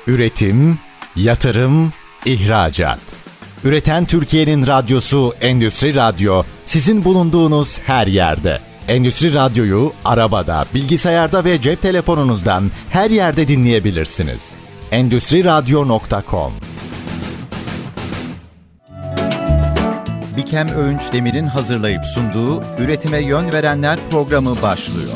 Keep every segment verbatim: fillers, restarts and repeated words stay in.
Üretim, yatırım, ihracat. Üreten Türkiye'nin radyosu Endüstri Radyo, sizin bulunduğunuz her yerde. Endüstri Radyo'yu arabada, bilgisayarda ve cep telefonunuzdan her yerde dinleyebilirsiniz. endüstri radyo nokta com. Bikem Öğünç Demir'in hazırlayıp sunduğu Üretime Yön Verenler programı başlıyor.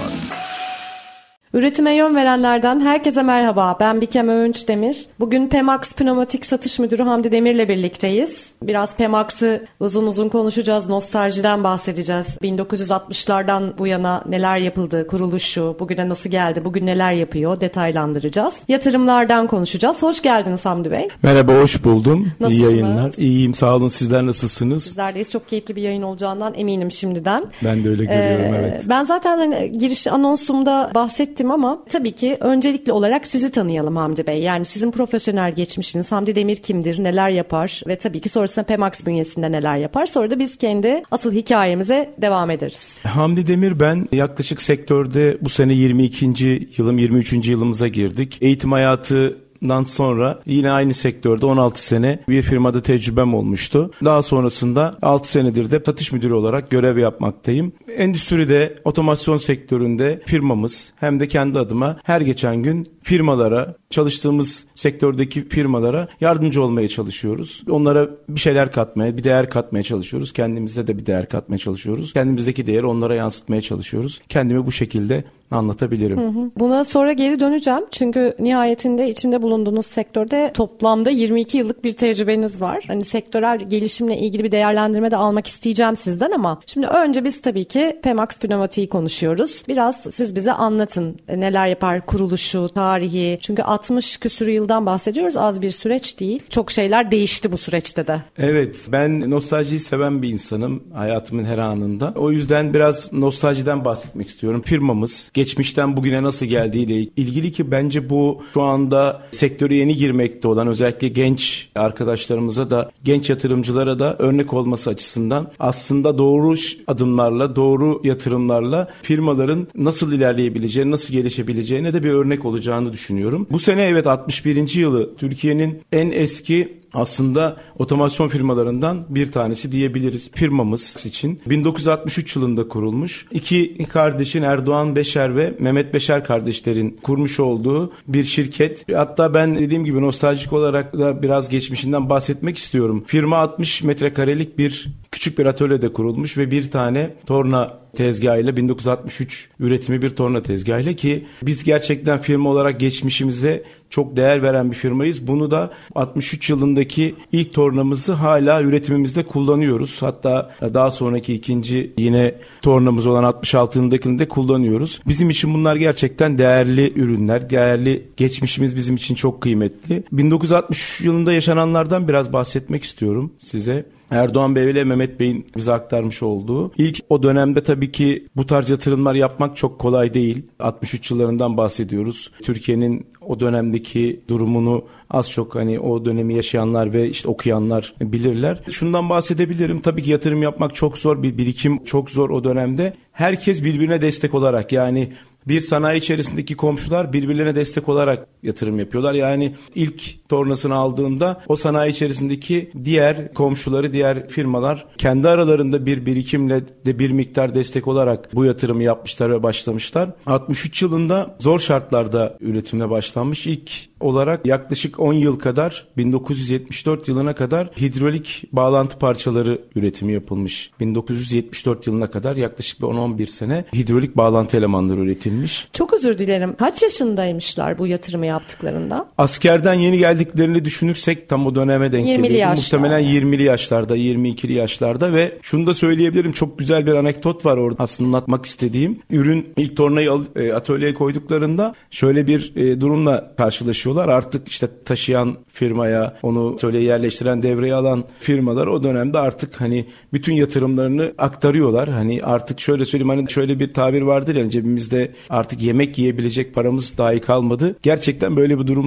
Üretime yön verenlerden herkese merhaba. Ben Bikem Öğünç Demir. Bugün Pemax Pneumatik Satış Müdürü Hamdi Demir'le birlikteyiz. Biraz Pemax'ı uzun uzun konuşacağız. Nostaljiden bahsedeceğiz. bin dokuz yüz altmışlardan bu yana neler yapıldı, kuruluşu, bugüne nasıl geldi, bugün neler yapıyor detaylandıracağız. Yatırımlardan konuşacağız. Hoş geldiniz Hamdi Bey. Merhaba, hoş buldum. Nasılsınız? İyi yayınlar. İyiyim, sağ olun. Sizler nasılsınız? Sizlerdeyiz. Çok keyifli bir yayın olacağından eminim şimdiden. Ben de öyle görüyorum, ee, evet. Ben zaten hani giriş anonsumda bahsettim ama tabii ki öncelikli olarak sizi tanıyalım Hamdi Bey. Yani sizin profesyonel geçmişiniz, Hamdi Demir kimdir, neler yapar ve tabii ki sonrasında Pemax bünyesinde neler yapar. Sonra da biz kendi asıl hikayemize devam ederiz. Hamdi Demir ben. Yaklaşık sektörde bu sene yirmi ikinci yılım, yirmi üçüncü yılımıza girdik. Eğitim hayatı Dan sonra yine aynı sektörde on altı sene bir firmada tecrübem olmuştu. Daha sonrasında altı senedir de satış müdürü olarak görev yapmaktayım. Endüstride, otomasyon sektöründe firmamız hem de kendi adıma her geçen gün firmalara, çalıştığımız sektördeki firmalara yardımcı olmaya çalışıyoruz. Onlara bir şeyler katmaya, bir değer katmaya çalışıyoruz. Kendimize de bir değer katmaya çalışıyoruz. Kendimizdeki değeri onlara yansıtmaya çalışıyoruz. Kendimi bu şekilde anlatabilirim. Hı hı. Buna sonra geri döneceğim. Çünkü nihayetinde içinde bulunduğunuz sektörde toplamda yirmi iki yıllık bir tecrübeniz var. Hani sektörel gelişimle ilgili bir değerlendirme de almak isteyeceğim sizden ama şimdi önce biz tabii ki Pemax Pneumatik'i konuşuyoruz. Biraz siz bize anlatın. Neler yapar, kuruluşu, tarihi. Çünkü altmış küsur yıldan bahsediyoruz. Az bir süreç değil. Çok şeyler değişti bu süreçte de. Evet, ben nostaljiyi seven bir insanım hayatımın her anında. O yüzden biraz nostaljiden bahsetmek istiyorum. Firmamız geçmişten bugüne nasıl geldiğiyle ilgili ki bence bu şu anda sektöre yeni girmekte olan özellikle genç arkadaşlarımıza da, genç yatırımcılara da örnek olması açısından aslında doğru adımlarla, doğru yatırımlarla firmaların nasıl ilerleyebileceğini, nasıl gelişebileceğine de bir örnek olacağını düşünüyorum. Bu sene evet altmış birinci yılı, Türkiye'nin en eski aslında otomasyon firmalarından bir tanesi diyebiliriz firmamız için. bin dokuz yüz altmış üç yılında kurulmuş. İki kardeşin, Erdoğan Beşer ve Mehmet Beşer kardeşlerin kurmuş olduğu bir şirket. Hatta ben dediğim gibi nostaljik olarak da biraz geçmişinden bahsetmek istiyorum. Firma altmış metrekarelik bir küçük bir atölyede kurulmuş ve bir tane torna tezgahıyla, bin dokuz yüz altmış üç üretimi bir torna tezgahıyla, ki biz gerçekten firma olarak geçmişimize çok değer veren bir firmayız. Bunu da altmış üç yılındaki ilk tornamızı hala üretimimizde kullanıyoruz. Hatta daha sonraki ikinci yine tornamız olan altmış altı yılındakini de kullanıyoruz. Bizim için bunlar gerçekten değerli ürünler, değerli geçmişimiz bizim için çok kıymetli. bin dokuz yüz altmış üç yılında yaşananlardan biraz bahsetmek istiyorum size. Erdoğan Bey ile Mehmet Bey'in bize aktarmış olduğu. İlk o dönemde tabii ki bu tarz yatırımlar yapmak çok kolay değil. altmış üç yıllarından bahsediyoruz. Türkiye'nin o dönemdeki durumunu az çok hani o dönemi yaşayanlar ve işte okuyanlar bilirler. Şundan bahsedebilirim. Tabii ki yatırım yapmak çok zor, bir birikim çok zor o dönemde. Herkes birbirine destek olarak, yani bir sanayi içerisindeki komşular birbirlerine destek olarak yatırım yapıyorlar. Yani ilk tornasını aldığında o sanayi içerisindeki diğer komşuları, diğer firmalar kendi aralarında bir birikimle de bir miktar destek olarak bu yatırımı yapmışlar ve başlamışlar. altmış üç yılında zor şartlarda üretimine başlanmış. İlk olarak yaklaşık on yıl kadar, bin dokuz yüz yetmiş dört yılına kadar hidrolik bağlantı parçaları üretimi yapılmış. bin dokuz yüz yetmiş dört yılına kadar yaklaşık bir on on bir sene hidrolik bağlantı elemanları üretilmiş. Çok özür dilerim. Kaç yaşındaymışlar bu yatırımı yaptıklarında? Askerden yeni geldiklerini düşünürsek tam o döneme denk geliyor. Muhtemelen yirmili yaşlarda, yirmi ikili yaşlarda ve şunu da söyleyebilirim. Çok güzel bir anekdot var orada aslında anlatmak istediğim. Ürün ilk tornayı atölyeye koyduklarında şöyle bir e, durumla karşılaşıyorlar. Artık işte taşıyan firmaya, onu atölyeye yerleştiren, devreye alan firmalar o dönemde artık hani bütün yatırımlarını aktarıyorlar. Hani artık şöyle söyleyeyim, hani şöyle bir tabir vardır yani, cebimizde artık yemek yiyebilecek paramız dahi kalmadı. Gerçekten böyle bir durumla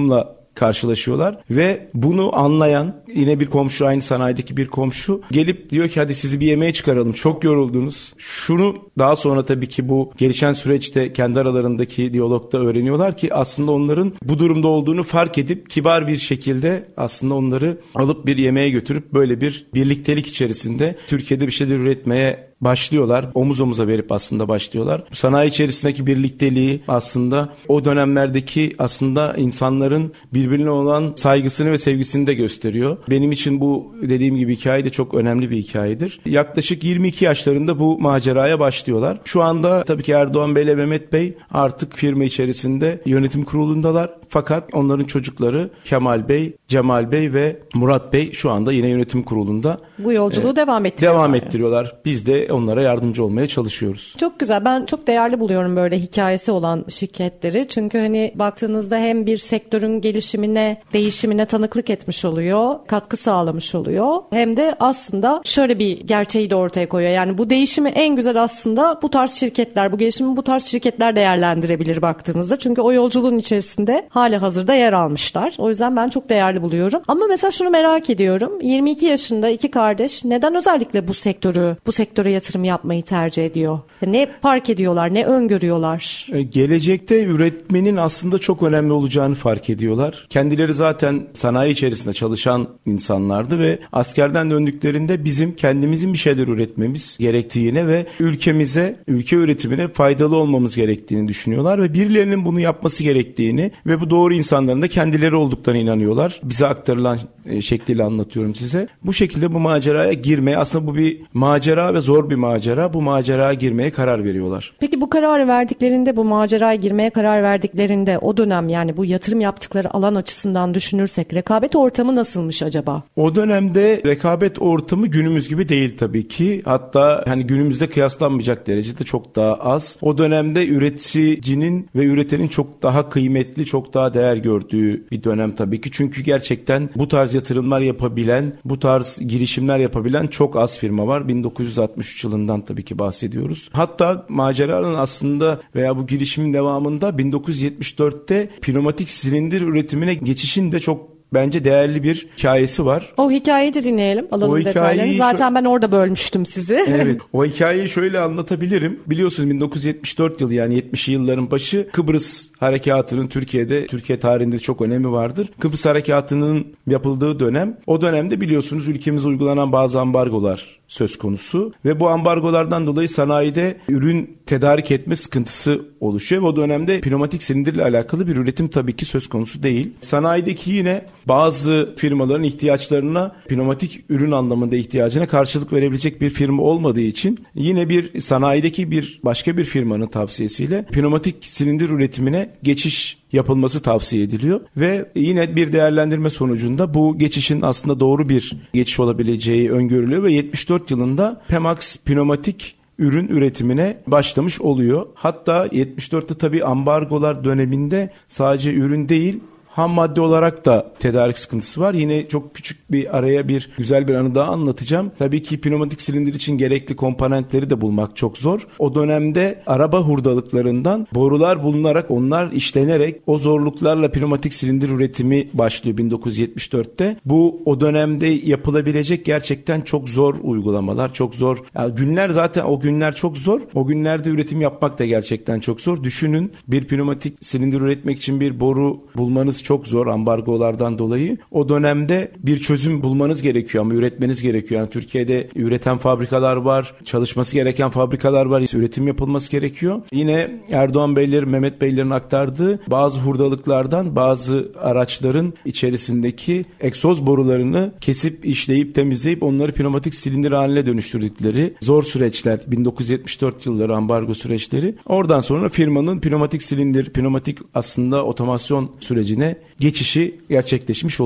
karşılaşıyorlar ve bunu anlayan yine bir komşu, aynı sanayideki bir komşu gelip diyor ki hadi sizi bir yemeğe çıkaralım, çok yoruldunuz. Şunu daha sonra tabii ki bu gelişen süreçte kendi aralarındaki diyalogda öğreniyorlar ki aslında onların bu durumda olduğunu fark edip kibar bir şekilde aslında onları alıp bir yemeğe götürüp böyle bir birliktelik içerisinde Türkiye'de bir şeyler üretmeye başlıyorlar. Omuz omuza verip aslında başlıyorlar. Bu sanayi içerisindeki birlikteliği aslında o dönemlerdeki aslında insanların birbirine olan saygısını ve sevgisini de gösteriyor. Benim için bu dediğim gibi hikaye de çok önemli bir hikayedir. Yaklaşık yirmi iki yaşlarında bu maceraya başlıyorlar. Şu anda tabii ki Erdoğan Bey ile Mehmet Bey artık firma içerisinde yönetim kurulundalar. Fakat onların çocukları Kemal Bey, Cemal Bey ve Murat Bey şu anda yine yönetim kurulunda. Bu yolculuğu e, devam ettiriyorlar. Devam ettiriyorlar. Biz de onlara yardımcı olmaya çalışıyoruz. Çok güzel. Ben çok değerli buluyorum böyle hikayesi olan şirketleri. Çünkü hani baktığınızda hem bir sektörün gelişimine, değişimine tanıklık etmiş oluyor, katkı sağlamış oluyor. Hem de aslında şöyle bir gerçeği de ortaya koyuyor. Yani bu değişimi en güzel aslında bu tarz şirketler, bu gelişimi bu tarz şirketler değerlendirebilir baktığınızda. Çünkü o yolculuğun içerisinde hali hazırda yer almışlar. O yüzden ben çok değerli buluyorum. Ama mesela şunu merak ediyorum. yirmi iki yaşında iki kardeş neden özellikle bu sektörü, bu sektöre yatırım yapmayı tercih ediyor? Ne fark ediyorlar, ne öngörüyorlar? Gelecekte üretmenin aslında çok önemli olacağını fark ediyorlar. Kendileri zaten sanayi içerisinde çalışan insanlardı ve askerden döndüklerinde bizim kendimizin bir şeyler üretmemiz gerektiğine ve ülkemize, ülke üretimine faydalı olmamız gerektiğini düşünüyorlar ve birilerinin bunu yapması gerektiğini ve bu doğru insanların da kendileri olduklarına inanıyorlar. Bize aktarılan şekliyle anlatıyorum size. Bu şekilde bu maceraya girmeye, aslında bu bir macera ve zor bir macera. Bu maceraya girmeye karar veriyorlar. Peki bu kararı verdiklerinde, bu maceraya girmeye karar verdiklerinde o dönem, yani bu yatırım yaptıkları alan açısından düşünürsek rekabet ortamı nasılmış acaba? O dönemde rekabet ortamı günümüz gibi değil tabii ki. Hatta hani günümüzde kıyaslanmayacak derecede çok daha az. O dönemde üreticinin ve üretenin çok daha kıymetli, çok daha değer gördüğü bir dönem tabii ki. Çünkü gerçekten bu tarz yatırımlar yapabilen, bu tarz girişimler yapabilen çok az firma var. bin dokuz yüz altmış üç yılından tabii ki bahsediyoruz. Hatta maceranın aslında veya bu girişimin devamında bin dokuz yüz yetmiş dörtte pneumatik silindir üretimine geçişin de çok bence değerli bir hikayesi var. O hikayeyi de dinleyelim. Alalım detaylarını. Zaten şö- ben orada bölmüştüm sizi. Evet. O hikayeyi şöyle anlatabilirim. Biliyorsunuz bin dokuz yüz yetmiş dört yılı, yani yetmişli yılların başı, Kıbrıs Harekatı'nın Türkiye'de, Türkiye tarihinde çok önemi vardır. Kıbrıs Harekatı'nın yapıldığı dönem. O dönemde biliyorsunuz ülkemize uygulanan bazı ambargolar söz konusu ve bu ambargolardan dolayı sanayide ürün tedarik etme sıkıntısı oluşuyor ve o dönemde pneumatik silindirle alakalı bir üretim tabii ki söz konusu değil. Sanayideki yine bazı firmaların ihtiyaçlarına, pneumatik ürün anlamında ihtiyacına karşılık verebilecek bir firma olmadığı için yine bir sanayideki bir başka bir firmanın tavsiyesiyle pneumatik silindir üretimine geçiş yapılması tavsiye ediliyor ve yine bir değerlendirme sonucunda bu geçişin aslında doğru bir geçiş olabileceği öngörülüyor ve yetmiş dört yılında Pemax pneumatik ürün üretimine başlamış oluyor. Hatta yetmiş dörtte tabii ambargolar döneminde sadece ürün değil, ham madde olarak da tedarik sıkıntısı var. Yine çok küçük bir araya bir güzel bir anı daha anlatacağım. Tabii ki pneumatik silindir için gerekli komponentleri de bulmak çok zor. O dönemde araba hurdalıklarından borular bulunarak, onlar işlenerek o zorluklarla pneumatik silindir üretimi başlıyor bin dokuz yüz yetmiş dörtte. Bu o dönemde yapılabilecek gerçekten çok zor uygulamalar, çok zor. Yani günler zaten o günler çok zor. O günlerde üretim yapmak da gerçekten çok zor. Düşünün, bir pneumatik silindir üretmek için bir boru bulmanız çok zor ambargolardan dolayı. O dönemde bir çözüm bulmanız gerekiyor ama üretmeniz gerekiyor. Yani Türkiye'de üreten fabrikalar var, çalışması gereken fabrikalar var, üretim yapılması gerekiyor. Yine Erdoğan Beylerin, Mehmet Beylerin aktardığı bazı hurdalıklardan bazı araçların içerisindeki egzoz borularını kesip, işleyip, temizleyip onları pneumatik silindir haline dönüştürdükleri zor süreçler, bin dokuz yüz yetmiş dört yılları ambargo süreçleri. Oradan sonra firmanın pneumatik silindir, pneumatik aslında otomasyon sürecine geçişi gerçekleşmiş oluyor.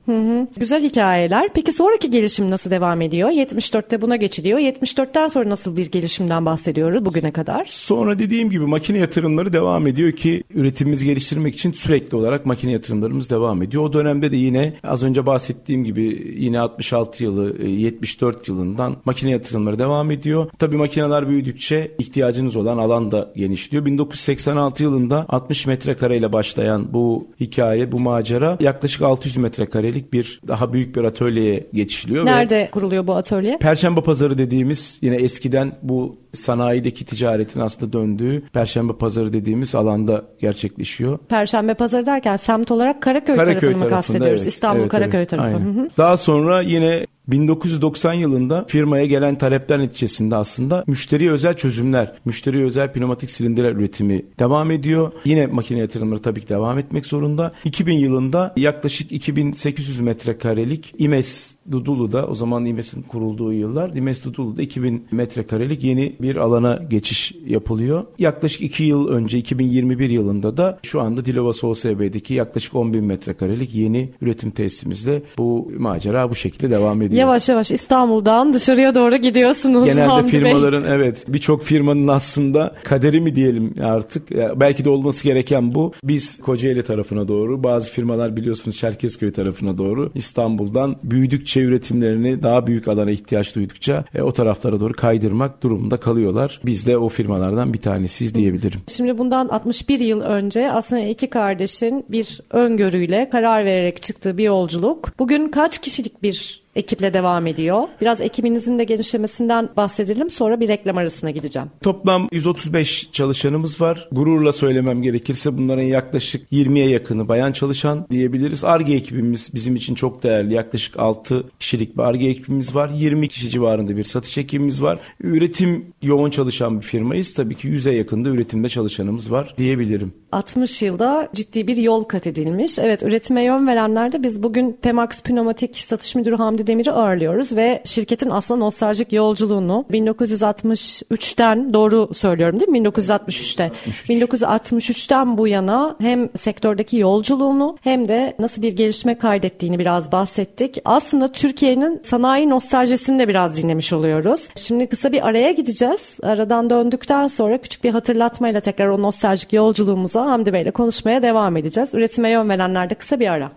Hı hı. Güzel hikayeler. Peki sonraki gelişim nasıl devam ediyor? yetmiş dörtte buna geçiliyor. yetmiş dörtten sonra nasıl bir gelişimden bahsediyoruz bugüne kadar? Sonra dediğim gibi makine yatırımları devam ediyor ki üretimimizi geliştirmek için sürekli olarak makine yatırımlarımız devam ediyor. O dönemde de yine az önce bahsettiğim gibi yine altmış altı yılı yetmiş dört yılından makine yatırımları devam ediyor. Tabii makineler büyüdükçe ihtiyacınız olan alan da genişliyor. bin dokuz yüz seksen altı yılında altmış metrekareyle başlayan bu hikaye, bu macera yaklaşık altı yüz metrekarelik bir daha büyük bir atölyeye geçişiliyor. Nerede ve kuruluyor bu atölye? Perşembe Pazarı dediğimiz yine eskiden bu sanayideki ticaretin aslında döndüğü Perşembe Pazarı dediğimiz alanda gerçekleşiyor. Perşembe Pazarı derken semt olarak Karaköy, Karaköy tarafını mı kastediyoruz? Evet, İstanbul evet, Karaköy evet, tarafı. Hı hı. Daha sonra yine bin dokuz yüz doksan yılında firmaya gelen talepler neticesinde aslında müşteri özel çözümler, müşteri özel pneumatik silindirler üretimi devam ediyor. Yine makine yatırımları tabii ki devam etmek zorunda. iki bin yılında yaklaşık iki bin sekiz yüz metrekarelik İmes Dudullu'da, o zaman İmes'in kurulduğu yıllar, İmes Dudullu'da iki bin metrekarelik yeni bir alana geçiş yapılıyor. Yaklaşık iki yıl önce iki bin yirmi bir yılında da şu anda Dilovası O S B'deki yaklaşık on bin metrekarelik yeni üretim tesisimizde bu macera bu şekilde devam ediyor. Yavaş yavaş İstanbul'dan dışarıya doğru gidiyorsunuz Genelde Hamdi firmaların Bey. Evet birçok firmanın aslında kaderi mi diyelim artık, belki de olması gereken bu. Biz Kocaeli tarafına doğru, bazı firmalar biliyorsunuz Çerkezköy tarafına doğru İstanbul'dan büyüdükçe üretimlerini daha büyük alana ihtiyaç duydukça e, o taraflara doğru kaydırmak durumunda kalıyorlar. Biz de o firmalardan bir tanesiyiz diyebilirim. Şimdi bundan altmış bir yıl önce aslında iki kardeşin bir öngörüyle karar vererek çıktığı bir yolculuk. Bugün kaç kişilik bir ekiple devam ediyor? Biraz ekibinizin de genişlemesinden bahsedelim. Sonra bir reklam arasına gideceğim. Toplam yüz otuz beş çalışanımız var. Gururla söylemem gerekirse bunların yaklaşık yirmiye yakını bayan çalışan diyebiliriz. Ar-Ge ekibimiz bizim için çok değerli. Yaklaşık altı kişilik bir Ar-Ge ekibimiz var. yirmi kişi civarında bir satış ekibimiz var. Üretim yoğun çalışan bir firmayız. Tabii ki yüze yakında üretimde çalışanımız var diyebilirim. altmış yılda ciddi bir yol kat edilmiş. Evet, üretime yön verenlerde biz bugün Pemax Pneumatik Satış Müdürü Hamdi Demir'i ağırlıyoruz ve şirketin aslında nostaljik yolculuğunu bin dokuz yüz altmış üçten, doğru söylüyorum değil mi? bin dokuz yüz altmış üçte. altmış üç. bin dokuz yüz altmış üçten bu yana hem sektördeki yolculuğunu hem de nasıl bir gelişme kaydettiğini biraz bahsettik. Aslında Türkiye'nin sanayi nostaljisini de biraz dinlemiş oluyoruz. Şimdi kısa bir araya gideceğiz. Aradan döndükten sonra küçük bir hatırlatmayla tekrar o nostaljik yolculuğumuza Hamdi Bey'le konuşmaya devam edeceğiz. Üretime yön verenlerde kısa bir ara.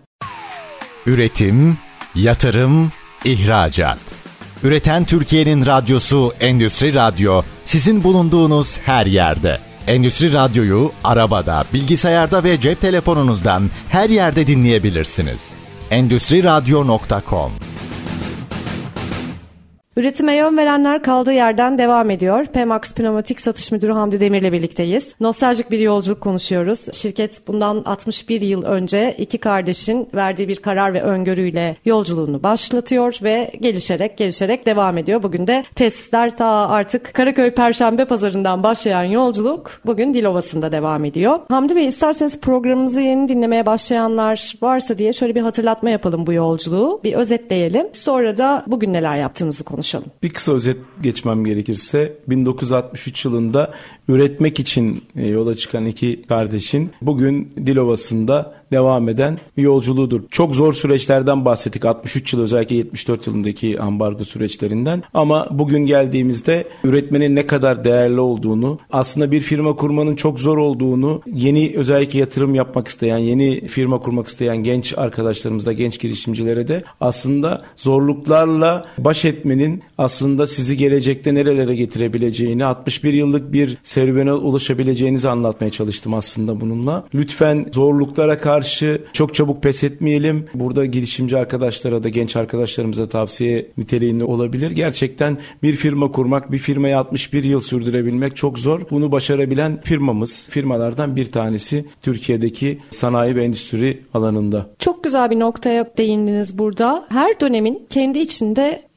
Üretim, yatırım, ihracat. Üreten Türkiye'nin radyosu Endüstri Radyo, sizin bulunduğunuz her yerde. Endüstri Radyo'yu arabada, bilgisayarda ve cep telefonunuzdan her yerde dinleyebilirsiniz. endüstri radyo nokta com. Üretime yön verenler kaldığı yerden devam ediyor. Pemax Pneumatik Satış Müdürü Hamdi Demir'le birlikteyiz. Nostaljik bir yolculuk konuşuyoruz. Şirket bundan altmış bir yıl önce iki kardeşin verdiği bir karar ve öngörüyle yolculuğunu başlatıyor ve gelişerek gelişerek devam ediyor. Bugün de tesisler ta artık Karaköy Perşembe Pazarı'ndan başlayan yolculuk bugün Dilovası'nda devam ediyor. Hamdi Bey, isterseniz programımızı yeni dinlemeye başlayanlar varsa diye şöyle bir hatırlatma yapalım bu yolculuğu. Bir özetleyelim. Sonra da bugün neler yaptığınızı konuşalım. Bir kısa özet geçmem gerekirse bin dokuz yüz altmış üç yılında üretmek için yola çıkan iki kardeşin bugün Dilovası'nda devam eden bir yolculuğudur. Çok zor süreçlerden bahsettik. altmış üç yıl, özellikle yetmiş dört yılındaki ambargo süreçlerinden. Ama bugün geldiğimizde üretmenin ne kadar değerli olduğunu, aslında bir firma kurmanın çok zor olduğunu, yeni özellikle yatırım yapmak isteyen, yeni firma kurmak isteyen genç arkadaşlarımızda, genç girişimcilere de aslında zorluklarla baş etmenin aslında sizi gelecekte nerelere getirebileceğini, altmış bir yıllık bir serüvene ulaşabileceğinizi anlatmaya çalıştım aslında bununla. Lütfen zorluklara karşı çok çabuk pes etmeyelim. Burada girişimci arkadaşlara da, genç arkadaşlarımıza tavsiye niteliğinde olabilir. Gerçekten bir firma kurmak, bir firmayı altmış bir yıl sürdürebilmek çok zor. Bunu başarabilen firmamız, firmalardan bir tanesi Türkiye'deki sanayi ve endüstri alanında. Çok güzel bir noktaya değindiniz burada. Her dönemin kendi içinde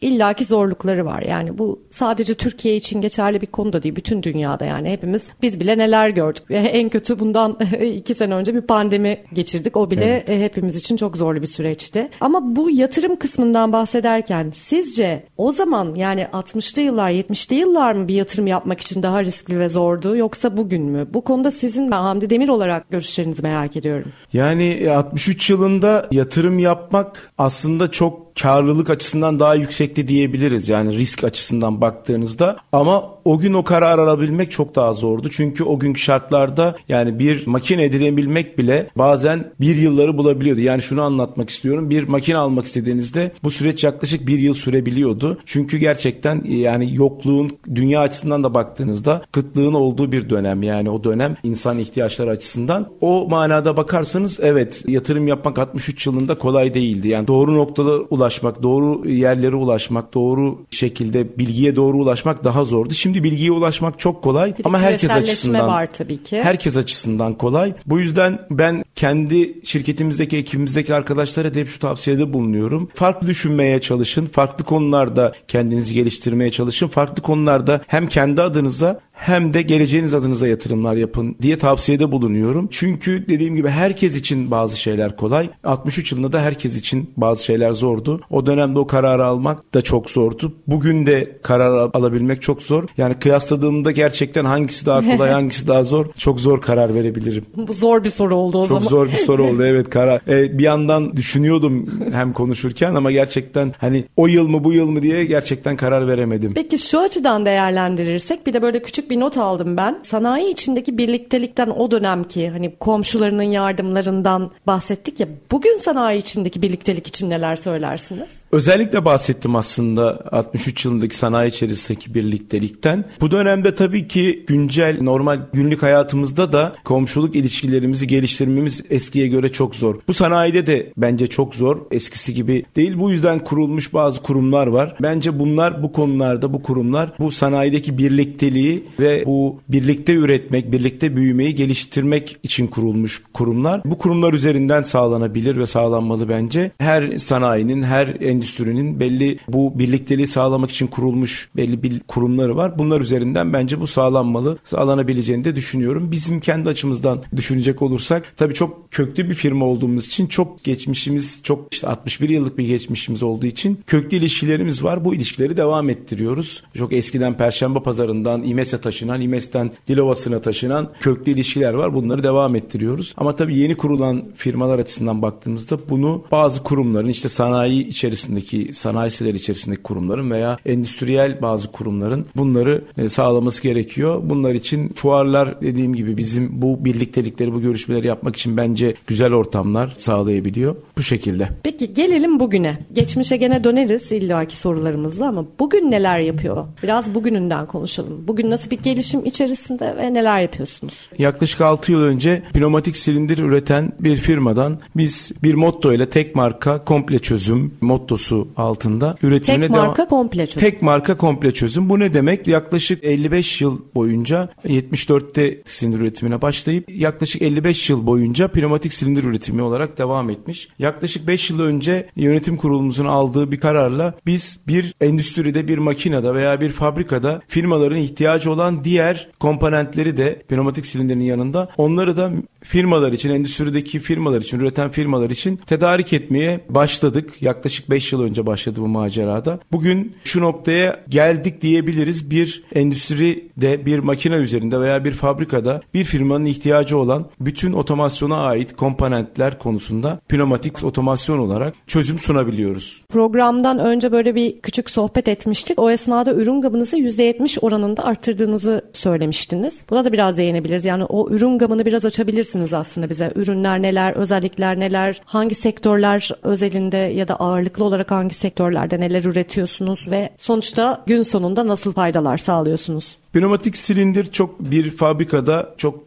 illaki zorlukları var. Yani bu sadece Türkiye için geçerli bir konu da değil. Bütün dünyada yani hepimiz biz bile neler gördük. En kötü bundan iki sene önce bir pandemi geçirdik. O bile evet. hepimiz için çok zorlu bir süreçti. Ama bu yatırım kısmından bahsederken sizce o zaman yani altmışlı yıllar yetmişli yıllar mı bir yatırım yapmak için daha riskli ve zordu yoksa bugün mü? Bu konuda sizin ben Hamdi Demir olarak görüşlerinizi merak ediyorum. Yani altmış üç yılında yatırım yapmak aslında çok karlılık açısından daha yüksekti diyebiliriz. Yani risk açısından baktığınızda ama o gün o kararı alabilmek çok daha zordu. Çünkü o günkü şartlarda yani bir makine edinebilmek bile bazen bir yılları bulabiliyordu. Yani şunu anlatmak istiyorum. Bir makine almak istediğinizde bu süreç yaklaşık bir yıl sürebiliyordu. Çünkü gerçekten yani yokluğun dünya açısından da baktığınızda kıtlığın olduğu bir dönem. Yani o dönem insan ihtiyaçları açısından. O manada bakarsanız evet yatırım yapmak altmış üç yılında kolay değildi. Yani doğru noktada ulaşmak, doğru yerlere ulaşmak, doğru şekilde bilgiye doğru ulaşmak daha zordu. Şimdi bilgiye ulaşmak çok kolay ama herkes açısından var tabii ki. Herkes açısından kolay. Bu yüzden ben kendi şirketimizdeki, ekibimizdeki arkadaşlara da hep şu tavsiyede bulunuyorum. Farklı düşünmeye çalışın. Farklı konularda kendinizi geliştirmeye çalışın. Farklı konularda hem kendi adınıza hem de geleceğiniz adınıza yatırımlar yapın diye tavsiyede bulunuyorum. Çünkü dediğim gibi herkes için bazı şeyler kolay. altmış üç yılında da herkes için bazı şeyler zordu. O dönemde o kararı almak da çok zordu. Bugün de karar alabilmek çok zor. Yani kıyasladığımda gerçekten hangisi daha kolay, hangisi daha zor? Çok zor karar verebilirim. Bu zor bir soru oldu o çok zaman. Çok zor bir soru oldu evet karar. Ee, bir yandan düşünüyordum hem konuşurken ama gerçekten hani o yıl mı bu yıl mı diye gerçekten karar veremedim. Peki şu açıdan değerlendirirsek bir de böyle küçük bir not aldım ben. Sanayi içindeki birliktelikten o dönemki hani komşularının yardımlarından bahsettik ya. Bugün sanayi içindeki birliktelik için neler söylersiniz? Özellikle bahsettim aslında altmış üç yılındaki sanayi içerisindeki birliktelikten. Bu dönemde tabii ki güncel normal günlük hayatımızda da komşuluk ilişkilerimizi geliştirmemiz eskiye göre çok zor. Bu sanayide de bence çok zor. Eskisi gibi değil. Bu yüzden kurulmuş bazı kurumlar var. Bence bunlar bu konularda bu kurumlar bu sanayideki birlikteliği ve bu birlikte üretmek, birlikte büyümeyi geliştirmek için kurulmuş kurumlar. Bu kurumlar üzerinden sağlanabilir ve sağlanmalı bence. Her sanayinin, her endüstrinin belli bu birlikteliği sağlamak için kurulmuş belli bir kurumları var. Bunlar üzerinden bence bu sağlanmalı, sağlanabileceğini de düşünüyorum. Bizim kendi açımızdan düşünecek olursak tabii çok köklü bir firma olduğumuz için çok geçmişimiz, çok işte altmış bir yıllık bir geçmişimiz olduğu için köklü ilişkilerimiz var. Bu ilişkileri devam ettiriyoruz. Çok eskiden Perşembe Pazarı'ndan İMES'e taşınan, İMES'ten Dilovası'na taşınan köklü ilişkiler var. Bunları devam ettiriyoruz. Ama tabii yeni kurulan firmalar açısından baktığımızda bunu bazı kurumların işte sanayi içerisindeki, sanayi siteleri içerisindeki kurumların veya endüstriyel bazı kurumların bunları sağlaması gerekiyor. Bunlar için fuarlar dediğim gibi bizim bu birliktelikleri, bu görüşmeleri yapmak için bence güzel ortamlar sağlayabiliyor. Bu şekilde. Peki gelelim bugüne. Geçmişe gene döneriz illaki sorularımızla ama bugün neler yapıyor? Biraz bugününden konuşalım. Bugün nasıl bir gelişim içerisinde ve neler yapıyorsunuz? Yaklaşık altı yıl önce pneumatik silindir üreten bir firmadan biz bir motto ile tek marka komple çözüm mottosu altında üretimine devam... Tek marka komple çözüm. Tek marka komple çözüm. Bu ne demek? Yaklaşık elli beş yıl boyunca yetmiş dörtte silindir üretimine başlayıp yaklaşık elli beş yıl boyunca pneumatik silindir üretimi olarak devam etmiş. Yaklaşık beş yıl önce yönetim kurulumuzun aldığı bir kararla biz bir endüstride, bir makinede veya bir fabrikada firmaların ihtiyacı olan diğer komponentleri de pneumatik silindirin yanında onları da firmalar için, endüstrideki firmalar için, üreten firmalar için tedarik etmeye başladık. Yaklaşık beş yıl önce başladı bu macerada. Bugün şu noktaya geldik diyebiliriz. Bir endüstride, bir makine üzerinde veya bir fabrikada bir firmanın ihtiyacı olan bütün otomasyona ait komponentler konusunda pneumatik otomasyon olarak çözüm sunabiliyoruz. Programdan önce böyle bir küçük sohbet etmiştik. O esnada ürün gamınızı yüzde yetmiş oranında arttırdığınızı söylemiştiniz. Buna da biraz değinebiliriz. Yani o ürün gamını biraz açabilirsiniz aslında bize. Ürünler neler, özellikler neler, hangi sektörler özelinde ya da ağırlıklı olarak hangi sektörlerde neler üretiyorsunuz ve sonuçta gün sonunda nasıl faydalar sağlıyorsunuz? Pneumatik silindir çok bir fabrikada çok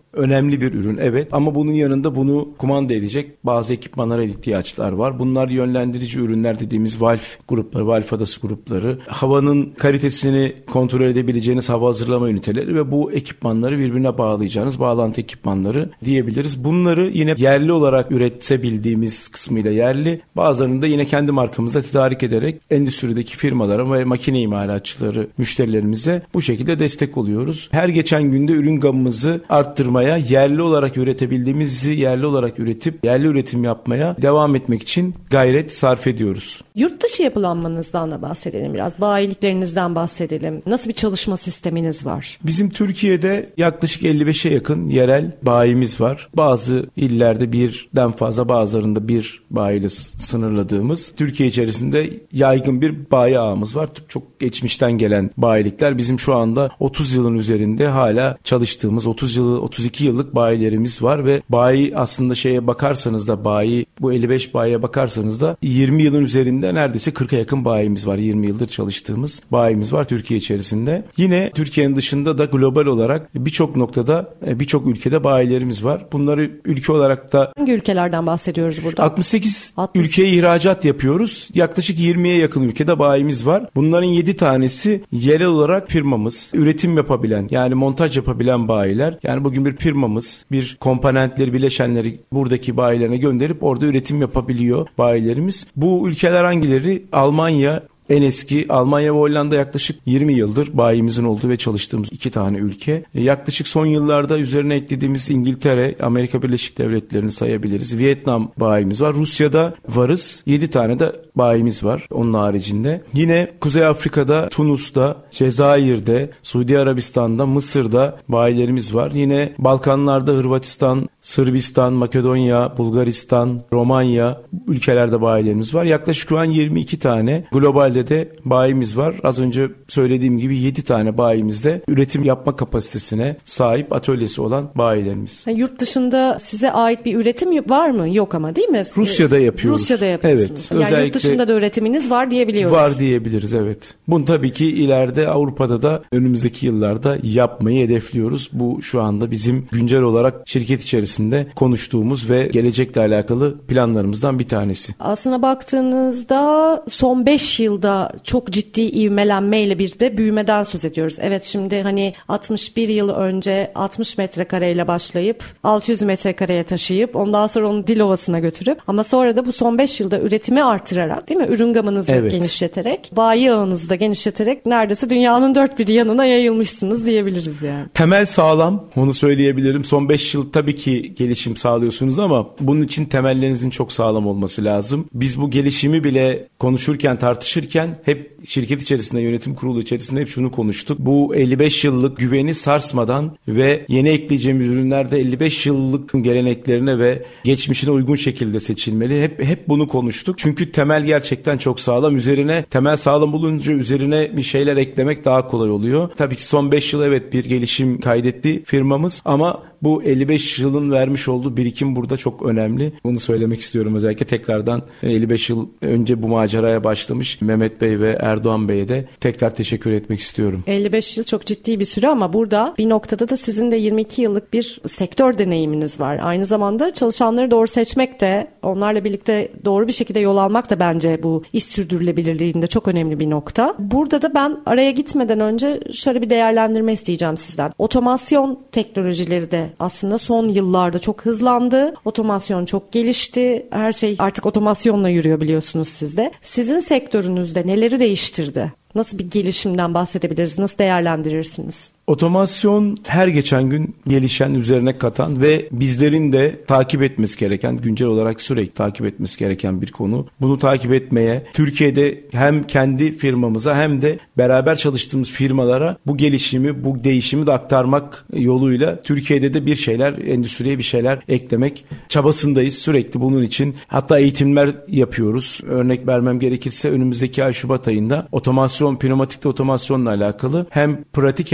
önemli bir ürün evet ama bunun yanında bunu kumanda edecek bazı ekipmanlara ihtiyaçlar var. Bunlar yönlendirici ürünler dediğimiz valve grupları, valve adası grupları, havanın kalitesini kontrol edebileceğiniz hava hazırlama üniteleri ve bu ekipmanları birbirine bağlayacağınız bağlantı ekipmanları diyebiliriz. Bunları yine yerli olarak üretebildiğimiz kısmıyla yerli, bazılarını da yine kendi markamızda tedarik ederek endüstrideki firmalara ve makine imalatçıları müşterilerimize bu şekilde destek oluyoruz. Her geçen günde ürün gamımızı arttırmaya, yerli olarak üretebildiğimizi yerli olarak üretip yerli üretim yapmaya devam etmek için gayret sarf ediyoruz. Yurt dışı yapılanmanızdan da bahsedelim biraz. Bayiliklerinizden bahsedelim. Nasıl bir çalışma sisteminiz var? Bizim Türkiye'de yaklaşık elli beşe yakın yerel bayimiz var. Bazı illerde birden fazla, bazılarında bir bayiyle sınırladığımız, Türkiye içerisinde yaygın bir bayi ağımız var. Çok geçmişten gelen bayilikler. Bizim şu anda otuz yılın üzerinde hala çalıştığımız otuz yılı otuz iki yıllık bayilerimiz var ve bayi aslında şeye bakarsanız da bayi bu elli beş bayiye bakarsanız da yirmi yılın üzerinde neredeyse kırka yakın bayimiz var. yirmi yıldır çalıştığımız bayimiz var Türkiye içerisinde. Yine Türkiye'nin dışında da global olarak birçok noktada, birçok ülkede bayilerimiz var. Bunları ülke olarak da... Hangi ülkelerden bahsediyoruz burada? altmış sekiz altmış ülkeye ihracat yapıyoruz. Yaklaşık yirmiye yakın ülkede bayimiz var. Bunların yedi tanesi yerel olarak firmamız. Üretim yapabilen, yani montaj yapabilen bayiler. Yani bugün bir firmamız bir komponentleri, bileşenleri buradaki bayilerine gönderip orada üretim yapabiliyor bayilerimiz. Bu ülkeler hangileri? Almanya, en eski Almanya ve Hollanda yaklaşık yirmi yıldır bayimizin olduğu ve çalıştığımız iki tane ülke. Yaklaşık son yıllarda üzerine eklediğimiz İngiltere, Amerika Birleşik Devletleri'ni sayabiliriz. Vietnam bayimiz var. Rusya'da varız. yedi tane de bayimiz var onun haricinde. Yine Kuzey Afrika'da, Tunus'ta, Cezayir'de, Suudi Arabistan'da, Mısır'da bayilerimiz var. Yine Balkanlarda Hırvatistan, Sırbistan, Makedonya, Bulgaristan, Romanya ülkelerde bayilerimiz var. Yaklaşık şu an yirmi iki tane globalde de bayimiz var. Az önce söylediğim gibi yedi tane bayimizde üretim yapma kapasitesine sahip atölyesi olan bayilerimiz. Yani yurt dışında size ait bir üretim var mı? Yok ama değil mi? Rusya'da yapıyoruz. Rusya'da yapıyorsunuz. Evet. Yani yurt dışında da üretiminiz var diyebiliyoruz. Var diyebiliriz evet. Bunu tabii ki ileride Avrupa'da da önümüzdeki yıllarda yapmayı hedefliyoruz. Bu şu anda bizim güncel olarak şirket içerisinde konuştuğumuz ve gelecekle alakalı planlarımızdan bir tanesi. Aslına baktığınızda son beş yılda çok ciddi ivmelenmeyle bir de büyümeden söz ediyoruz. Evet, şimdi hani altmış bir yıl önce altmış metrekareyle başlayıp altı yüz metrekareye taşıyıp ondan sonra onu Dilovası'na götürüp ama sonra da bu son beş yılda üretimi artırarak, değil mi? Ürün gamınızı evet. genişleterek, bayi ağınızı da genişleterek neredeyse dünyanın dört bir yanına yayılmışsınız diyebiliriz yani. Temel sağlam, onu söyleyebilirim. Son beş yıl tabii ki gelişim sağlıyorsunuz ama bunun için temellerinizin çok sağlam olması lazım. Biz bu gelişimi bile konuşurken, tartışırken hep şirket içerisinde, yönetim kurulu içerisinde hep şunu konuştuk. Bu elli beş yıllık güveni sarsmadan ve yeni ekleyeceğimiz ürünlerde elli beş yıllık geleneklerine ve geçmişine uygun şekilde seçilmeli. Hep hep bunu konuştuk. Çünkü temel gerçekten çok sağlam. Üzerine temel sağlam olunca üzerine bir şeyler eklemek daha kolay oluyor. Tabii ki son beş yıl evet bir gelişim kaydetti firmamız ama bu elli beş yılın vermiş olduğu birikim burada çok önemli. Bunu söylemek istiyorum özellikle tekrardan elli beş yıl önce bu maceraya başlamış Mehmet Bey ve Erdoğan Bey'e de tekrar teşekkür etmek istiyorum. elli beş yıl çok ciddi bir süre ama burada bir noktada da sizin de yirmi iki yıllık bir sektör deneyiminiz var. Aynı zamanda çalışanları doğru seçmek de, onlarla birlikte doğru bir şekilde yol almak da bence bu iş sürdürülebilirliğinde çok önemli bir nokta. Burada da ben araya gitmeden önce şöyle bir değerlendirme isteyeceğim sizden. Otomasyon teknolojileri de aslında son yıllarda çok hızlandı. Otomasyon çok gelişti. Her şey artık otomasyonla yürüyor biliyorsunuz siz de. Sizin sektörünüzde neleri değiştirdi? Nasıl bir gelişimden bahsedebiliriz? Nasıl değerlendirirsiniz? Otomasyon her geçen gün gelişen, üzerine katan ve bizlerin de takip etmesi gereken, güncel olarak sürekli takip etmesi gereken bir konu. Bunu takip etmeye, Türkiye'de hem kendi firmamıza hem de beraber çalıştığımız firmalara bu gelişimi, bu değişimi de aktarmak yoluyla Türkiye'de de bir şeyler, endüstriye bir şeyler eklemek çabasındayız sürekli bunun için. Hatta eğitimler yapıyoruz. Örnek vermem gerekirse önümüzdeki ay Şubat ayında otomasyon, pneumatikte otomasyonla alakalı hem pratik hem teorik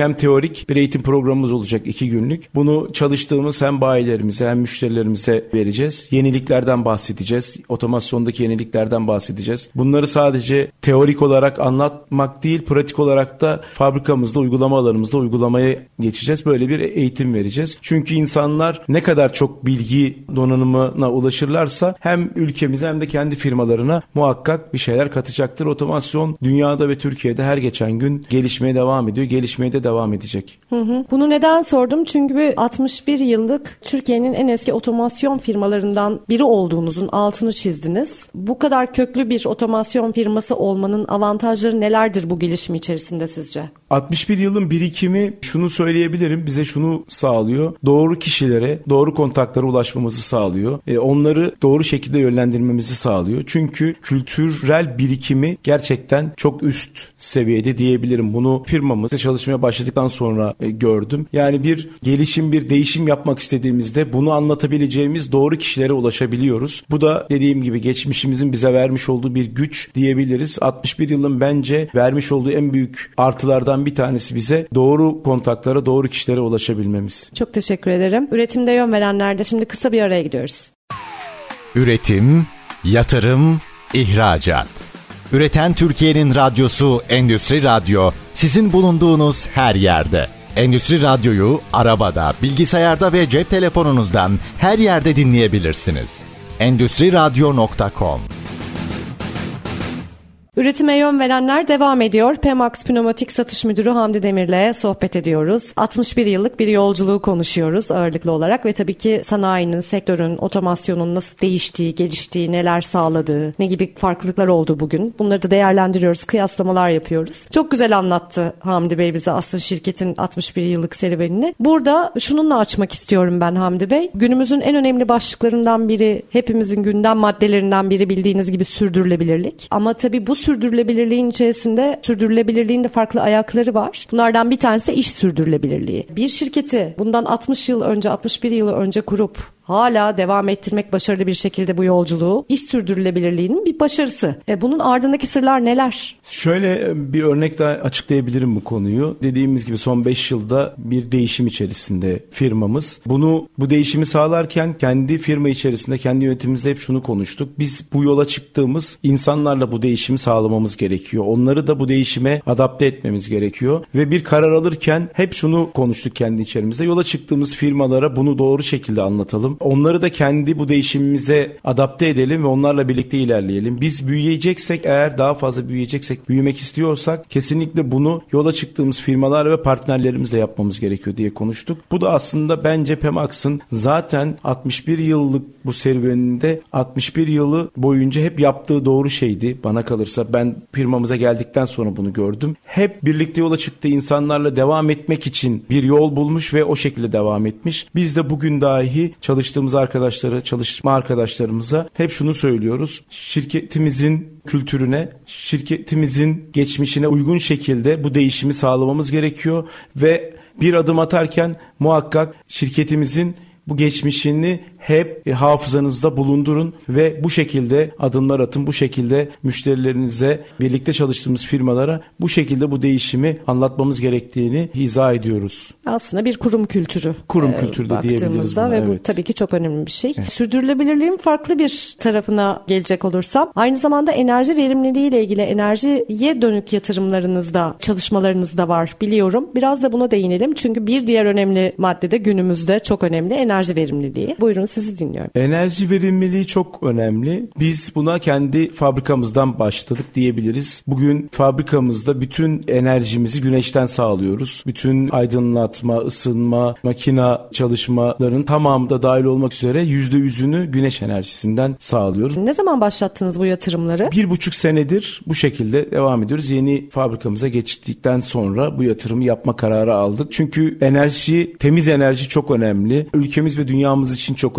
teorik bir eğitim programımız olacak iki günlük. Bunu çalıştığımız hem bayilerimize hem müşterilerimize vereceğiz. Yeniliklerden bahsedeceğiz. Otomasyondaki yeniliklerden bahsedeceğiz. Bunları sadece teorik olarak anlatmak değil, pratik olarak da fabrikamızda, uygulama alanımızda uygulamaya geçeceğiz. Böyle bir eğitim vereceğiz. Çünkü insanlar ne kadar çok bilgi donanımına ulaşırlarsa hem ülkemize hem de kendi firmalarına muhakkak bir şeyler katacaktır. Otomasyon dünyada ve Türkiye'de her geçen gün gelişmeye devam ediyor. Gelişmeye de devam edecek. Hı hı. Bunu neden sordum? Çünkü altmış bir yıllık Türkiye'nin en eski otomasyon firmalarından biri olduğunuzun altını çizdiniz. Bu kadar köklü bir otomasyon firması olmanın avantajları nelerdir bu gelişim içerisinde sizce? altmış bir yılın birikimi şunu söyleyebilirim, bize şunu sağlıyor. Doğru kişilere, doğru kontaklara ulaşmamızı sağlıyor. E, onları doğru şekilde yönlendirmemizi sağlıyor. Çünkü kültürel birikimi gerçekten çok üst seviyede diyebilirim. Bunu firmamızda çalışmaya başladıktan sonra e, gördüm. Yani bir gelişim, bir değişim yapmak istediğimizde bunu anlatabileceğimiz doğru kişilere ulaşabiliyoruz. Bu da dediğim gibi geçmişimizin bize vermiş olduğu bir güç diyebiliriz. altmış bir yılın bence vermiş olduğu en büyük artılardan bir tanesi bize doğru kontaklara, doğru kişilere ulaşabilmemiz. Çok teşekkür ederim. Üretimde yön verenlerde şimdi kısa bir araya gidiyoruz. Üretim, yatırım, ihracat. Üreten Türkiye'nin radyosu Endüstri Radyo, sizin bulunduğunuz her yerde. Endüstri Radyo'yu arabada, bilgisayarda ve cep telefonunuzdan her yerde dinleyebilirsiniz. endüstri radyo nokta com. Üretime yön verenler devam ediyor. Pemax Pneumatik Satış Müdürü Hamdi Demir'le sohbet ediyoruz. altmış bir yıllık bir yolculuğu konuşuyoruz ağırlıklı olarak ve tabii ki sanayinin, sektörün, otomasyonun nasıl değiştiği, geliştiği, neler sağladığı, ne gibi farklılıklar oldu bugün. Bunları da değerlendiriyoruz, kıyaslamalar yapıyoruz. Çok güzel anlattı Hamdi Bey bize aslında şirketin altmış bir yıllık serüvenini. Burada şununla açmak istiyorum ben Hamdi Bey. Günümüzün en önemli başlıklarından biri, hepimizin gündem maddelerinden biri bildiğiniz gibi sürdürülebilirlik. Ama tabii bu sürdürülebilirliğin içerisinde sürdürülebilirliğin de farklı ayakları var. Bunlardan bir tanesi de iş sürdürülebilirliği. Bir şirketi bundan altmış yıl önce, altmış bir yıl önce kurup hala devam ettirmek başarılı bir şekilde bu yolculuğu, iş sürdürülebilirliğinin bir başarısı. E bunun ardındaki sırlar neler? Şöyle bir örnek daha açıklayabilirim bu konuyu. Dediğimiz gibi son beş yılda bir değişim içerisinde firmamız. Bunu bu değişimi sağlarken kendi firma içerisinde, kendi yönetimimizde hep şunu konuştuk. Biz bu yola çıktığımız insanlarla bu değişimi sağlamamız gerekiyor. Onları da bu değişime adapte etmemiz gerekiyor. Ve bir karar alırken hep şunu konuştuk kendi içerimizde. Yola çıktığımız firmalara bunu doğru şekilde anlatalım. Onları da kendi bu değişimimize adapte edelim ve onlarla birlikte ilerleyelim. Biz büyüyeceksek, eğer daha fazla büyüyeceksek, büyümek istiyorsak kesinlikle bunu yola çıktığımız firmalar ve partnerlerimizle yapmamız gerekiyor diye konuştuk. Bu da aslında bence Pemax'ın zaten altmış bir yıllık bu serüveninde altmış bir yılı boyunca hep yaptığı doğru şeydi. Bana kalırsa ben firmamıza geldikten sonra bunu gördüm. Hep birlikte yola çıktığı insanlarla devam etmek için bir yol bulmuş ve o şekilde devam etmiş. Biz de bugün dahi çalıştığımız arkadaşlara, çalışma arkadaşlarımıza hep şunu söylüyoruz. Şirketimizin kültürüne, şirketimizin geçmişine uygun şekilde bu değişimi sağlamamız gerekiyor ve bir adım atarken muhakkak şirketimizin bu geçmişini hep e, hafızanızda bulundurun ve bu şekilde adımlar atın, bu şekilde müşterilerinize, birlikte çalıştığımız firmalara bu şekilde bu değişimi anlatmamız gerektiğini izah ediyoruz. Aslında bir kurum kültürü. Kurum e, kültürü de diyebiliriz buna. Ve evet. bu tabii ki çok önemli bir şey. Evet. Sürdürülebilirliğin farklı bir tarafına gelecek olursam, aynı zamanda enerji verimliliği ile ilgili enerjiye dönük yatırımlarınızda, çalışmalarınızda var biliyorum. Biraz da buna değinelim. Çünkü bir diğer önemli madde de günümüzde çok önemli, enerji verimliliği. Buyurun, sizi dinliyorum. Enerji verimliliği çok önemli. Biz buna kendi fabrikamızdan başladık diyebiliriz. Bugün fabrikamızda bütün enerjimizi güneşten sağlıyoruz. Bütün aydınlatma, ısınma, makina çalışmaların tamamı da dahil olmak üzere yüzde yüzünü güneş enerjisinden sağlıyoruz. Ne zaman başlattınız bu yatırımları? Bir buçuk senedir bu şekilde devam ediyoruz. Yeni fabrikamıza geçtikten sonra bu yatırımı yapma kararı aldık. Çünkü enerji, temiz enerji çok önemli. Ülkemiz ve dünyamız için çok önemli.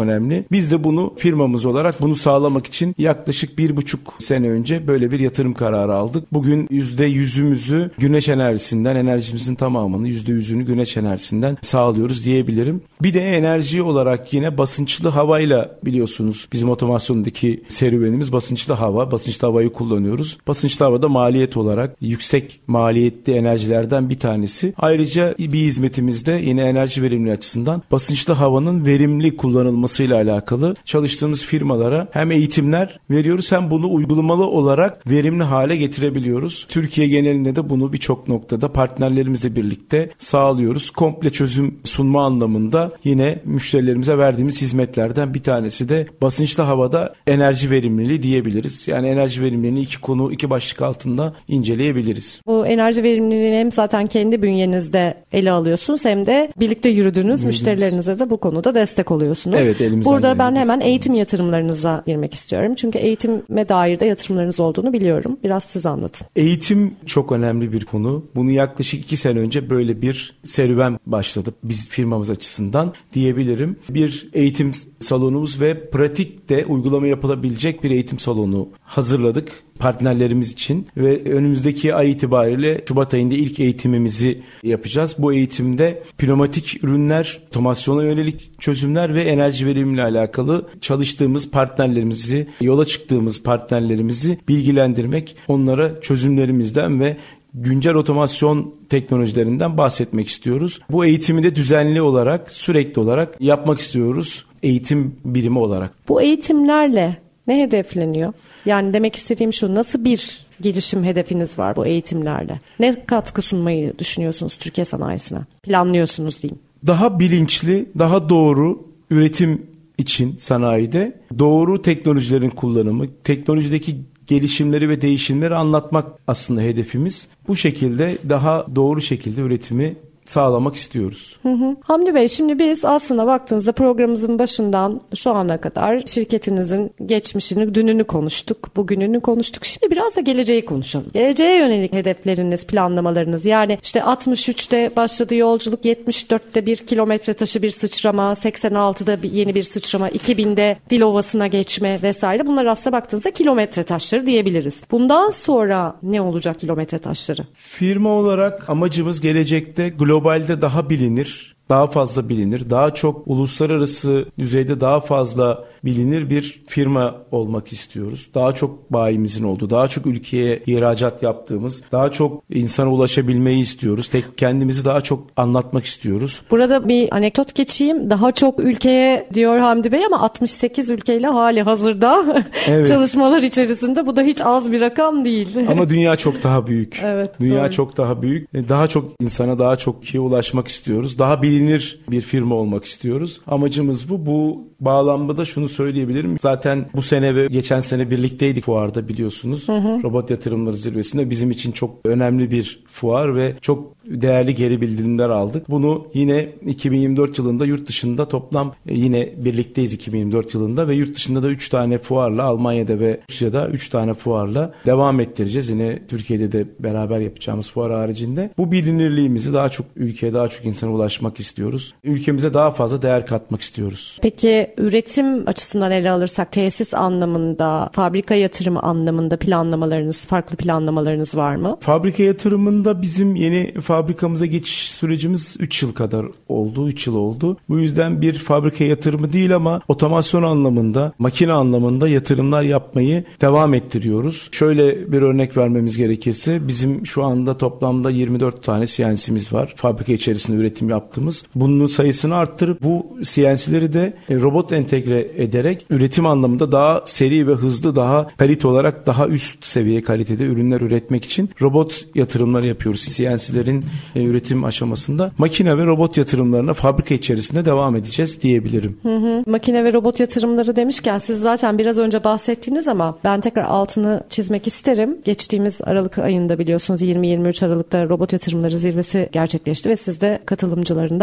önemli. Biz de bunu firmamız olarak bunu sağlamak için yaklaşık bir buçuk sene önce böyle bir yatırım kararı aldık. Bugün yüzde yüzümüzü güneş enerjisinden, enerjimizin tamamını yüzde yüzünü güneş enerjisinden sağlıyoruz diyebilirim. Bir de enerji olarak yine basınçlı havayla, biliyorsunuz bizim otomasyondaki serüvenimiz basınçlı hava. Basınçlı havayı kullanıyoruz. Basınçlı havada maliyet olarak yüksek maliyetli enerjilerden bir tanesi. Ayrıca bir hizmetimizde yine enerji verimliliği açısından basınçlı havanın verimli kullanılmasıyla alakalı çalıştığımız firmalara hem eğitimler veriyoruz hem bunu uygulamalı olarak verimli hale getirebiliyoruz. Türkiye genelinde de bunu birçok noktada partnerlerimizle birlikte sağlıyoruz. Komple çözüm sunma anlamında yine müşterilerimize verdiğimiz hizmetlerden bir tanesi de basınçlı havada enerji verimliliği diyebiliriz. Yani enerji verimliliğini iki konu, iki başlık altında inceleyebiliriz. Bu enerji verimliliğini hem zaten kendi bünyenizde ele alıyorsunuz hem de birlikte yürüdüğünüz müşterilerinize de bu konuda destek oluyorsunuz. Evet, elimizden Burada ben hemen destek. eğitim yatırımlarınıza girmek istiyorum. Çünkü eğitime dair de yatırımlarınız olduğunu biliyorum. Biraz siz anlatın. Eğitim çok önemli bir konu. Bunu yaklaşık iki sene önce böyle bir serüven başladı biz firmamız açısından diyebilirim. Bir eğitim salonumuz ve pratikte uygulama yapılabilecek bir eğitim salonu hazırladık partnerlerimiz için ve önümüzdeki ay itibariyle Şubat ayında ilk eğitimimizi yapacağız. Bu eğitimde pneumatik ürünler, otomasyona yönelik çözümler ve enerji verimle alakalı çalıştığımız partnerlerimizi, yola çıktığımız partnerlerimizi bilgilendirmek, onlara çözümlerimizden ve güncel otomasyon teknolojilerinden bahsetmek istiyoruz. Bu eğitimi de düzenli olarak, sürekli olarak yapmak istiyoruz eğitim birimi olarak. Bu eğitimlerle ne hedefleniyor? Yani demek istediğim şu, nasıl bir gelişim hedefiniz var bu eğitimlerle? Ne katkı sunmayı düşünüyorsunuz Türkiye sanayisine? Planlıyorsunuz diyeyim. Daha bilinçli, daha doğru üretim için sanayide doğru teknolojilerin kullanımı, teknolojideki gelişimleri ve değişimleri anlatmak aslında hedefimiz. Bu şekilde daha doğru şekilde üretimi sağlamak istiyoruz. Hı hı. Hamdi Bey, şimdi biz aslında baktığınızda programımızın başından şu ana kadar şirketinizin geçmişini, dününü konuştuk, bugününü konuştuk. Şimdi biraz da geleceği konuşalım. Geleceğe yönelik hedefleriniz, planlamalarınız, yani işte altmış üçte başladı yolculuk, yetmiş dörtte bir kilometre taşı bir sıçrama, seksen altıda bir yeni bir sıçrama, iki binde Dilovası'na geçme vesaire. Bunlar aslında baktığınızda kilometre taşları diyebiliriz. Bundan sonra ne olacak kilometre taşları? Firma olarak amacımız gelecekte global Globalde daha bilinir, daha fazla bilinir, daha çok uluslararası düzeyde daha fazla bilinir bir firma olmak istiyoruz. Daha çok bayimizin olduğu, daha çok ülkeye ihracat yaptığımız, daha çok insana ulaşabilmeyi istiyoruz. Tek kendimizi daha çok anlatmak istiyoruz. Burada bir anekdot geçeyim. Daha çok ülkeye diyor Hamdi Bey ama altmış sekiz ülkeyle hali hazırda evet. çalışmalar içerisinde. Bu da hiç az bir rakam değil. Ama dünya çok daha büyük. Evet, dünya doğru. çok daha büyük. Daha çok insana, daha çok kişiye ulaşmak istiyoruz. Daha bilinir bir firma olmak istiyoruz. Amacımız bu. Bu bağlamda da şunu söyleyebilirim. Zaten bu sene ve geçen sene birlikteydik fuarda, biliyorsunuz. Hı hı. Robot Yatırımları Zirvesi'nde bizim için çok önemli bir fuar ve çok değerli geri bildirimler aldık. Bunu yine iki bin yirmi dört yılında yurt dışında toplam yine birlikteyiz iki bin yirmi dört yılında ve yurt dışında da üç tane fuarla, Almanya'da ve Rusya'da üç tane fuarla devam ettireceğiz. Yine Türkiye'de de beraber yapacağımız fuar haricinde. Bu bilinirliğimizi daha çok ülkeye, daha çok insana ulaşmak istiyoruz. Ülkemize daha fazla değer katmak istiyoruz. Peki üretim açısından ele alırsak tesis anlamında, fabrika yatırımı anlamında planlamalarınız, farklı planlamalarınız var mı? Fabrika yatırımında bizim yeni fabrikamıza geçiş sürecimiz üç yıl kadar oldu, üç yıl oldu. Bu yüzden bir fabrika yatırımı değil ama otomasyon anlamında, makine anlamında yatırımlar yapmayı devam ettiriyoruz. Şöyle bir örnek vermemiz gerekirse bizim şu anda toplamda yirmi dört tane C N C'miz var. Fabrika içerisinde üretim yaptığımız. Bunun sayısını arttırıp bu C N C'leri de robot entegre ederek üretim anlamında daha seri ve hızlı, daha kalite olarak daha üst seviye kalitede ürünler üretmek için robot yatırımları yapıyoruz. C N C'lerin e, üretim aşamasında makine ve robot yatırımlarına fabrika içerisinde devam edeceğiz diyebilirim. Hı hı. Makine ve robot yatırımları demişken siz zaten biraz önce bahsettiniz ama ben tekrar altını çizmek isterim. Geçtiğimiz Aralık ayında biliyorsunuz yirmi yirmi üç Aralık'ta Robot Yatırımları Zirvesi gerçekleşti ve siz de katılımcılarından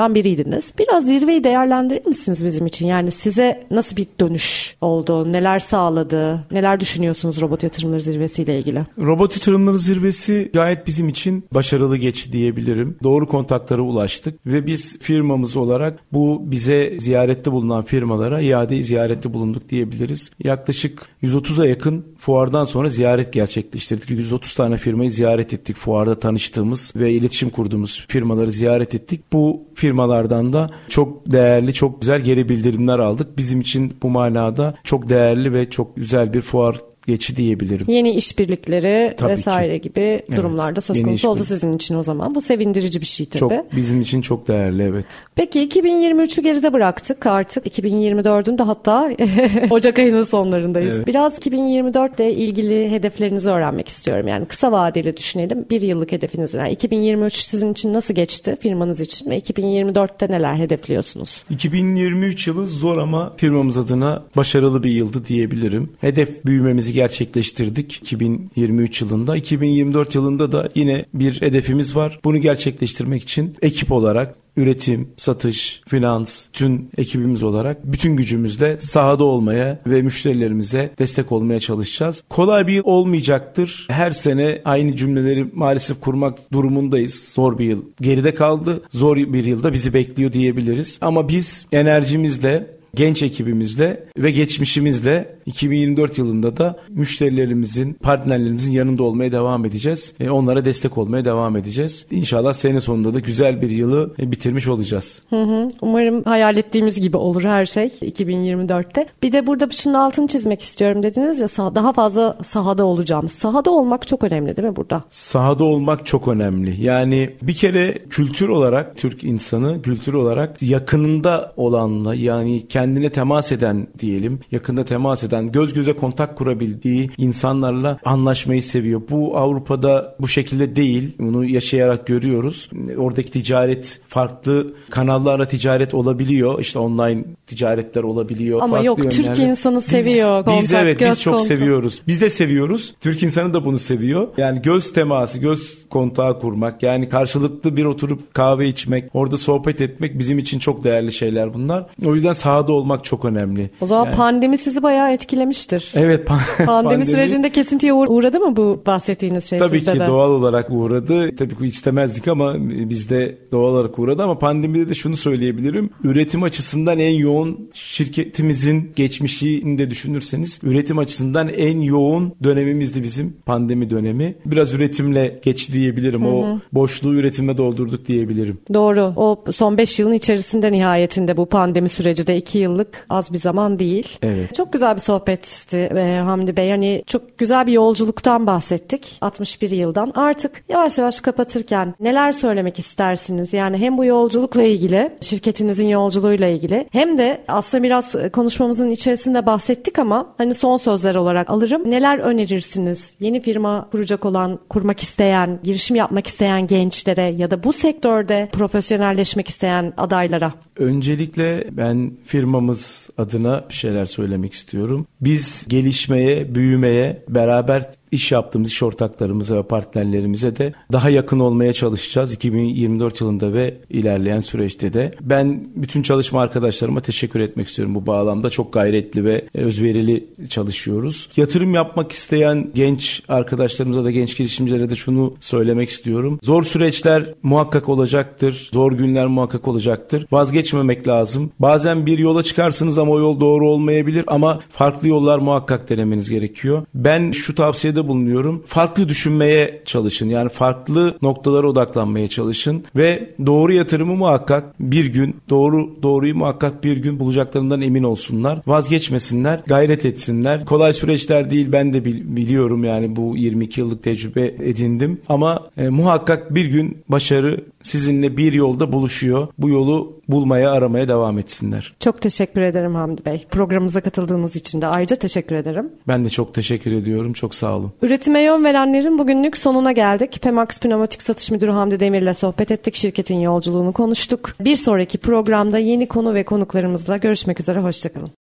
firmalarından biriydiniz. Biraz zirveyi değerlendirir misiniz bizim için? Yani size nasıl bir dönüş oldu? Neler sağladı? Neler düşünüyorsunuz robot yatırımları zirvesiyle ilgili? Robot yatırımları zirvesi gayet bizim için başarılı geçti diyebilirim. Doğru kontaklara ulaştık ve biz firmamız olarak bu bize ziyarette bulunan firmalara iade ziyarette bulunduk diyebiliriz. Yaklaşık yüz otuza yakın fuardan sonra ziyaret gerçekleştirdik. yüz otuz tane firmayı ziyaret ettik. Fuarda tanıştığımız ve iletişim kurduğumuz firmaları ziyaret ettik. Bu firmalardan da çok değerli, çok güzel geri bildirimler aldık. Bizim için bu manada çok değerli ve çok güzel bir fuar geçi diyebilirim. Yeni işbirlikleri tabii vesaire ki. gibi evet, durumlarda söz konusu oldu sizin için o zaman. Bu sevindirici bir şey tabii. Çok, bizim için çok değerli, evet. Peki iki bin yirmi üçü geride bıraktık artık. iki bin yirmi dördün de hatta Ocak ayının sonlarındayız. Evet. Biraz iki bin yirmi dörtle ilgili hedeflerinizi öğrenmek istiyorum. Yani kısa vadeli düşünelim. Bir yıllık hedefiniz. Yani iki bin yirmi üç sizin için nasıl geçti firmanız için ve iki bin yirmi dörtte neler hedefliyorsunuz? iki bin yirmi üç yılı zor ama firmamız adına başarılı bir yıldı diyebilirim. Hedef büyümemizi gerçekleştirdik iki bin yirmi üç yılında. iki bin yirmi dört yılında da yine bir hedefimiz var. Bunu gerçekleştirmek için ekip olarak üretim, satış, finans, tüm ekibimiz olarak bütün gücümüzle sahada olmaya ve müşterilerimize destek olmaya çalışacağız. Kolay bir yıl olmayacaktır. Her sene aynı cümleleri maalesef kurmak durumundayız. Zor bir yıl geride kaldı. Zor bir yılda bizi bekliyor diyebiliriz. Ama biz enerjimizle, genç ekibimizle ve geçmişimizle iki bin yirmi dört yılında da müşterilerimizin, partnerlerimizin yanında olmaya devam edeceğiz. E, onlara destek olmaya devam edeceğiz. İnşallah sene sonunda da güzel bir yılı e, bitirmiş olacağız. Hı hı. Umarım hayal ettiğimiz gibi olur her şey iki bin yirmi dörtte. Bir de burada şunun altını çizmek istiyorum dediniz ya, sah- daha fazla sahada olacağım. Sahada olmak çok önemli değil mi burada? Sahada olmak çok önemli. Yani bir kere kültür olarak, Türk insanı kültür olarak yakınında olanla, yani kendine temas eden diyelim, yakında temas eden, göz göze kontak kurabildiği insanlarla anlaşmayı seviyor. Bu Avrupa'da bu şekilde değil. Bunu yaşayarak görüyoruz. Oradaki ticaret farklı kanallarla ticaret olabiliyor. İşte online ticaretler olabiliyor. Ama farklı yok yönlerle. Türk insanı seviyor. Biz, kontak, biz evet göz biz çok kontak. seviyoruz. Biz de seviyoruz. Türk insanı da bunu seviyor. Yani göz teması, göz kontağı kurmak, yani karşılıklı bir oturup kahve içmek, orada sohbet etmek bizim için çok değerli şeyler bunlar. O yüzden sahada olmak çok önemli. O zaman yani, pandemi sizi bayağı etkilemiştir. Evet. Pandemi, pandemi sürecinde kesintiye uğradı mı bu bahsettiğiniz şey tabii sizde ki de? Doğal olarak uğradı. Tabii ki istemezdik ama bizde doğal olarak uğradı, ama pandemide de şunu söyleyebilirim. Üretim açısından en yoğun, şirketimizin geçmişini de düşünürseniz üretim açısından en yoğun dönemimizdi bizim pandemi dönemi. Biraz üretimle geçti diyebilirim. Hı hı. O boşluğu üretimle doldurduk diyebilirim. Doğru. O son beş yılın içerisinde nihayetinde bu pandemi süreci de iki yıllık az bir zaman değil. Evet. Çok güzel bir sohbetti e, Hamdi Bey. Yani çok güzel bir yolculuktan bahsettik. altmış bir yıldan. Artık yavaş yavaş kapatırken neler söylemek istersiniz? Yani hem bu yolculukla ilgili, şirketinizin yolculuğuyla ilgili, hem de aslında biraz konuşmamızın içerisinde bahsettik ama hani son sözler olarak alırım. Neler önerirsiniz? Yeni firma kuracak olan, kurmak isteyen, girişim yapmak isteyen gençlere ya da bu sektörde profesyonelleşmek isteyen adaylara? Öncelikle ben firmamız adına bir şeyler söylemek istiyorum. Biz gelişmeye, büyümeye, beraber iş yaptığımız iş ortaklarımıza ve partnerlerimize de daha yakın olmaya çalışacağız iki bin yirmi dört yılında ve ilerleyen süreçte de. Ben bütün çalışma arkadaşlarıma teşekkür etmek istiyorum bu bağlamda. Çok gayretli ve özverili çalışıyoruz. Yatırım yapmak isteyen genç arkadaşlarımıza da, genç girişimcilere de şunu söylemek istiyorum. Zor süreçler muhakkak olacaktır. Zor günler muhakkak olacaktır. Vazgeçmemek lazım. Bazen bir yola çıkarsınız ama o yol doğru olmayabilir, ama farklı yollar muhakkak denemeniz gerekiyor. Ben şu tavsiyede bulunuyorum. Farklı düşünmeye çalışın. Yani farklı noktalara odaklanmaya çalışın ve doğru yatırımı muhakkak bir gün, doğru doğruyu muhakkak bir gün bulacaklarından emin olsunlar. Vazgeçmesinler, gayret etsinler. Kolay süreçler değil, ben de biliyorum, yani bu yirmi iki yıllık tecrübe edindim. Ama e, muhakkak bir gün başarı sizinle bir yolda buluşuyor. Bu yolu bulmaya, aramaya devam etsinler. Çok teşekkür ederim Hamdi Bey. Programımıza katıldığınız için de ayrıca teşekkür ederim. Ben de çok teşekkür ediyorum. Çok sağ olun. Üretime yön verenlerin bugünlük sonuna geldik. Pemax Pneumatik Satış Müdürü Hamdi Demir'le sohbet ettik. Şirketin yolculuğunu konuştuk. Bir sonraki programda yeni konu ve konuklarımızla görüşmek üzere. Hoşçakalın.